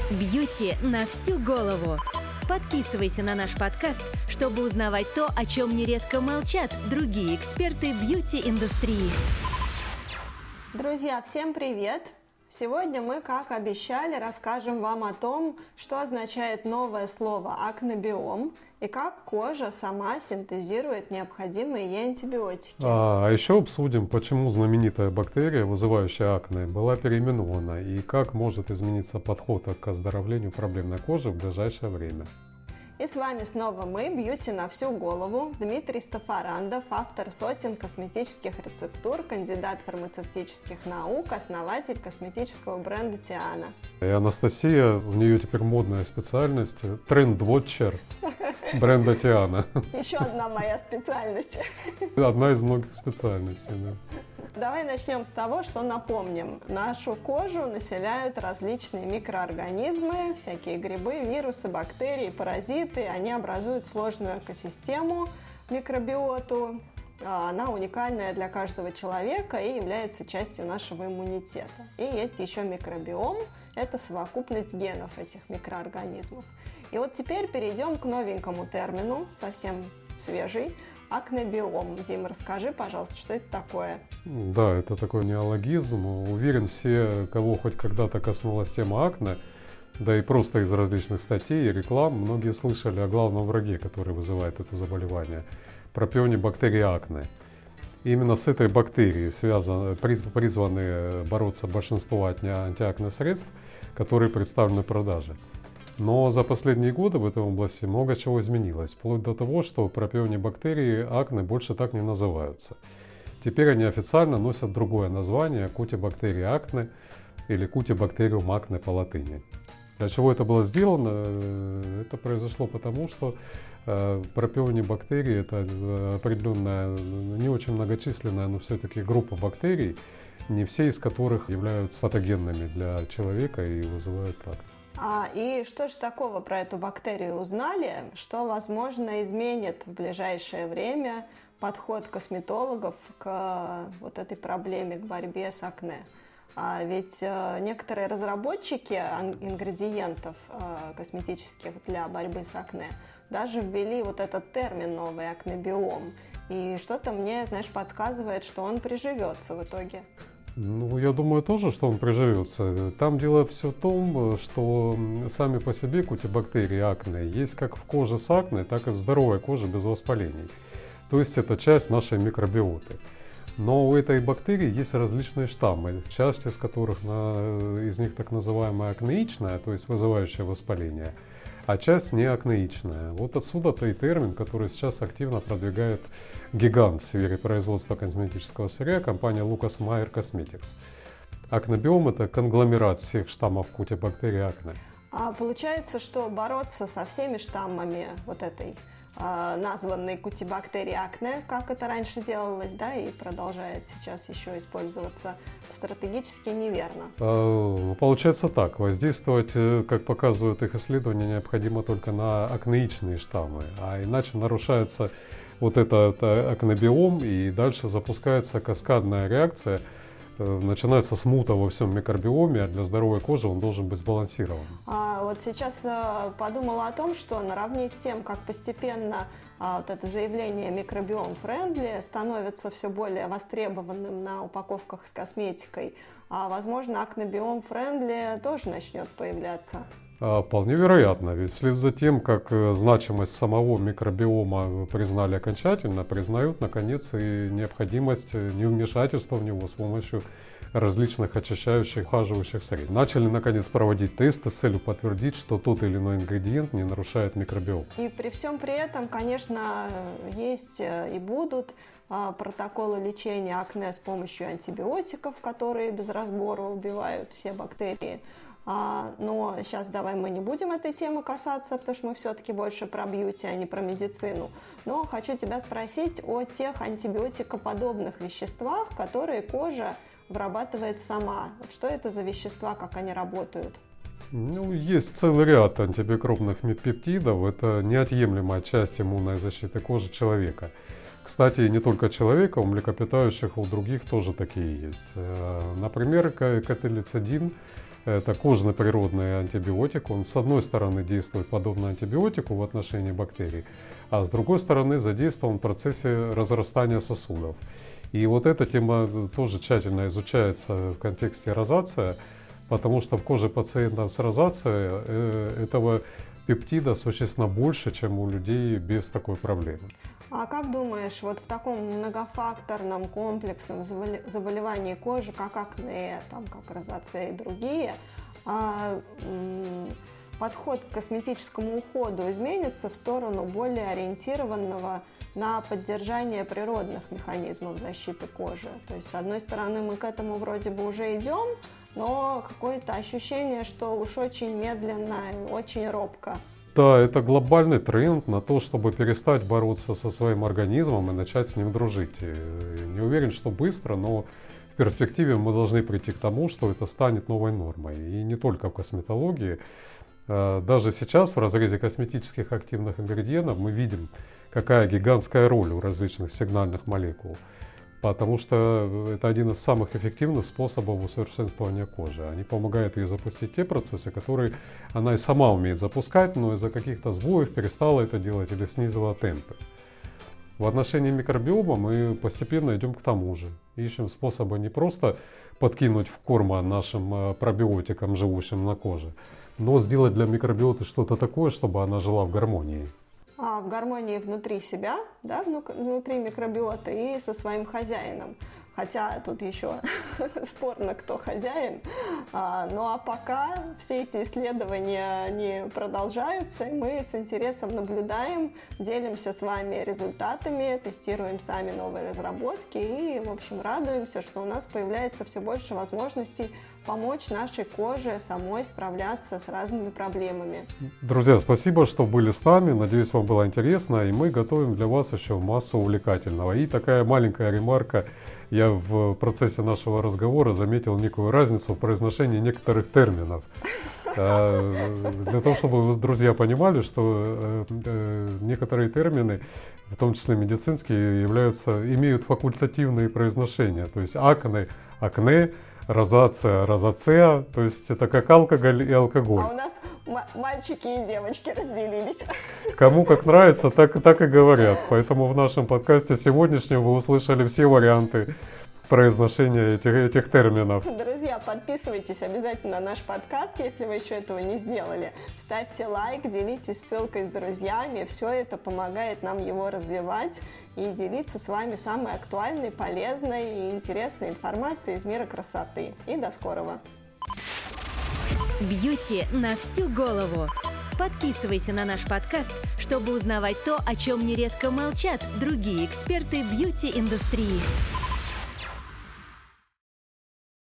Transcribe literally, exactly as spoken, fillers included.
Бьюти на всю голову. Подписывайся на наш подкаст, чтобы узнавать то, о чем нередко молчат другие эксперты бьюти-индустрии. Друзья, всем привет! Сегодня мы, как обещали, расскажем вам о том, что означает новое слово акнебиом и как кожа сама синтезирует необходимые ей антибиотики. А, а еще обсудим, почему знаменитая бактерия, вызывающая акне, была переименована и как может измениться подход к оздоровлению проблемной кожи в ближайшее время. И с вами снова мы, Бьюти на всю голову, Дмитрий Стафарандов, автор сотен косметических рецептур, кандидат фармацевтических наук, основатель косметического бренда Тиана. И Анастасия, у нее теперь модная специальность, тренд-вотчер бренда Тиана. Еще одна моя специальность. Одна из многих специальностей, да. Давай начнем с того, что напомним. Нашу кожу населяют различные микроорганизмы, всякие грибы, вирусы, бактерии, паразиты. Они образуют сложную экосистему, микробиоту. Она уникальная для каждого человека и является частью нашего иммунитета. И есть еще микробиом. Это совокупность генов этих микроорганизмов. И вот теперь перейдем к новенькому термину, совсем свежий. Акнебиом. Дим, расскажи, пожалуйста, что это такое? Да, это такой неологизм. Уверен, все, кого хоть когда-то коснулась тема акне, да и просто из различных статей и реклам, многие слышали о главном враге, который вызывает это заболевание – пропионибактерии акне. Именно с этой бактерией связаны, призваны бороться большинство антиакне средств, которые представлены в продаже. Но за последние годы в этой области много чего изменилось, вплоть до того, что пропионибактерии акне больше так не называются. Теперь они официально носят другое название – кутибактерии акне или кутибактериум акне по латыни. Для чего это было сделано? Это произошло потому, что пропионибактерии – это определенная, не очень многочисленная, но все-таки группа бактерий, не все из которых являются патогенными для человека и вызывают акне. А, и что же такого про эту бактерию узнали, что, возможно, изменит в ближайшее время подход косметологов к вот этой проблеме, к борьбе с акне? А ведь э, некоторые разработчики ингредиентов э, косметических для борьбы с акне даже ввели вот этот термин новый акнебиом. И что-то мне, знаешь, подсказывает, что он приживется в итоге. Ну, я думаю тоже, что он приживется. Там дело все в том, что сами по себе кутибактерии акне есть как в коже с акне, так и в здоровой коже без воспалений. То есть это часть нашей микробиоты. Но у этой бактерии есть различные штаммы, часть из которых из них так называемая акнеичная, то есть вызывающая воспаление, а часть не акнеичная. Вот отсюда-то и термин, который сейчас активно продвигает гигант в сфере производства косметического сырья, компания Lucas Meyer Cosmetics. Акнебиом – это конгломерат всех штаммов кутибактерии акне. А получается, что бороться со всеми штаммами вот этой э, названной кутибактерии акне, как это раньше делалось, да, и продолжает сейчас еще использоваться, стратегически неверно. А, получается так, воздействовать, как показывают их исследования, необходимо только на акнеичные штаммы, а иначе нарушается вот этот акнебиом, и дальше запускается каскадная реакция, начинается смута во всем микробиоме, а для здоровой кожи он должен быть сбалансирован. А вот сейчас подумала о том, что наравне с тем, как постепенно а, вот это заявление микробиом-френдли становится все более востребованным на упаковках с косметикой, а, возможно, акнебиом-френдли тоже начнет появляться. Вполне вероятно, ведь вслед за тем, как значимость самого микробиома признали окончательно, признают, наконец, и необходимость невмешательства в него с помощью различных очищающих, ухаживающих средств. Начали, наконец, проводить тесты с целью подтвердить, что тот или иной ингредиент не нарушает микробиом. И при всем при этом, конечно, есть и будут протоколы лечения акне с помощью антибиотиков, которые без разбора убивают все бактерии. А, но сейчас давай мы не будем этой темы касаться, потому что мы все-таки больше про бьюти, а не про медицину. Но хочу тебя спросить о тех антибиотикоподобных веществах, которые кожа вырабатывает сама. Вот что это за вещества, как они работают? Ну, есть целый ряд антимикробных пептидов. Это неотъемлемая часть иммунной защиты кожи человека. Кстати, не только человека, у млекопитающих, у других тоже такие есть. Например, каталицидин Это кожный природный антибиотик. Он с одной стороны действует подобно антибиотику в отношении бактерий, а с другой стороны задействован в процессе разрастания сосудов. И вот эта тема тоже тщательно изучается в контексте розация, потому что в коже пациентов с розацией э, этого пептида существенно больше, чем у людей без такой проблемы. А как думаешь, вот в таком многофакторном комплексном заболевании кожи, как акне, там, как розация и другие, а, м, подход к косметическому уходу изменится в сторону более ориентированного на поддержание природных механизмов защиты кожи? То есть, с одной стороны, мы к этому вроде бы уже идем, но какое-то ощущение, что уж очень медленно и очень робко. Да, это глобальный тренд на то, чтобы перестать бороться со своим организмом и начать с ним дружить. И не уверен, что быстро, но в перспективе мы должны прийти к тому, что это станет новой нормой. И не только в косметологии. Даже сейчас в разрезе косметических активных ингредиентов мы видим, какая гигантская роль у различных сигнальных молекул. Потому что это один из самых эффективных способов усовершенствования кожи. Они помогают ей запустить те процессы, которые она и сама умеет запускать, но из-за каких-то сбоев перестала это делать или снизила темпы. В отношении микробиома мы постепенно идем к тому же. Ищем способы не просто подкинуть в корма нашим пробиотикам, живущим на коже, но сделать для микробиоты что-то такое, чтобы она жила в гармонии. А в гармонии внутри себя, да, внутри микробиоты и со своим хозяином. Хотя тут еще спорно, кто хозяин. А, ну а пока все эти исследования, они продолжаются, и мы с интересом наблюдаем, делимся с вами результатами, тестируем сами новые разработки и, в общем, радуемся, что у нас появляется все больше возможностей помочь нашей коже самой справляться с разными проблемами. Друзья, спасибо, что были с нами. Надеюсь, вам было интересно, и мы готовим для вас еще массу увлекательного. И такая маленькая ремарка. Я в процессе нашего разговора заметил некую разницу в произношении некоторых терминов. Для того, чтобы вы, друзья, понимали, что некоторые термины, в том числе медицинские, являются, имеют факультативные произношения. То есть акне, акне, розация, розация, то есть это как алкоголь и алкоголь. А у нас мальчики и девочки разделились. Кому как нравится, так, так и говорят. Поэтому в нашем подкасте сегодняшнем вы услышали все варианты произношения этих, этих терминов. Друзья, подписывайтесь обязательно на наш подкаст, если вы еще этого не сделали. Ставьте лайк, делитесь ссылкой с друзьями. Все это помогает нам его развивать и делиться с вами самой актуальной, полезной и интересной информацией из мира красоты. И до скорого! Бьюти на всю голову. Подписывайся на наш подкаст, чтобы узнавать то, о чем нередко молчат другие эксперты бьюти-индустрии.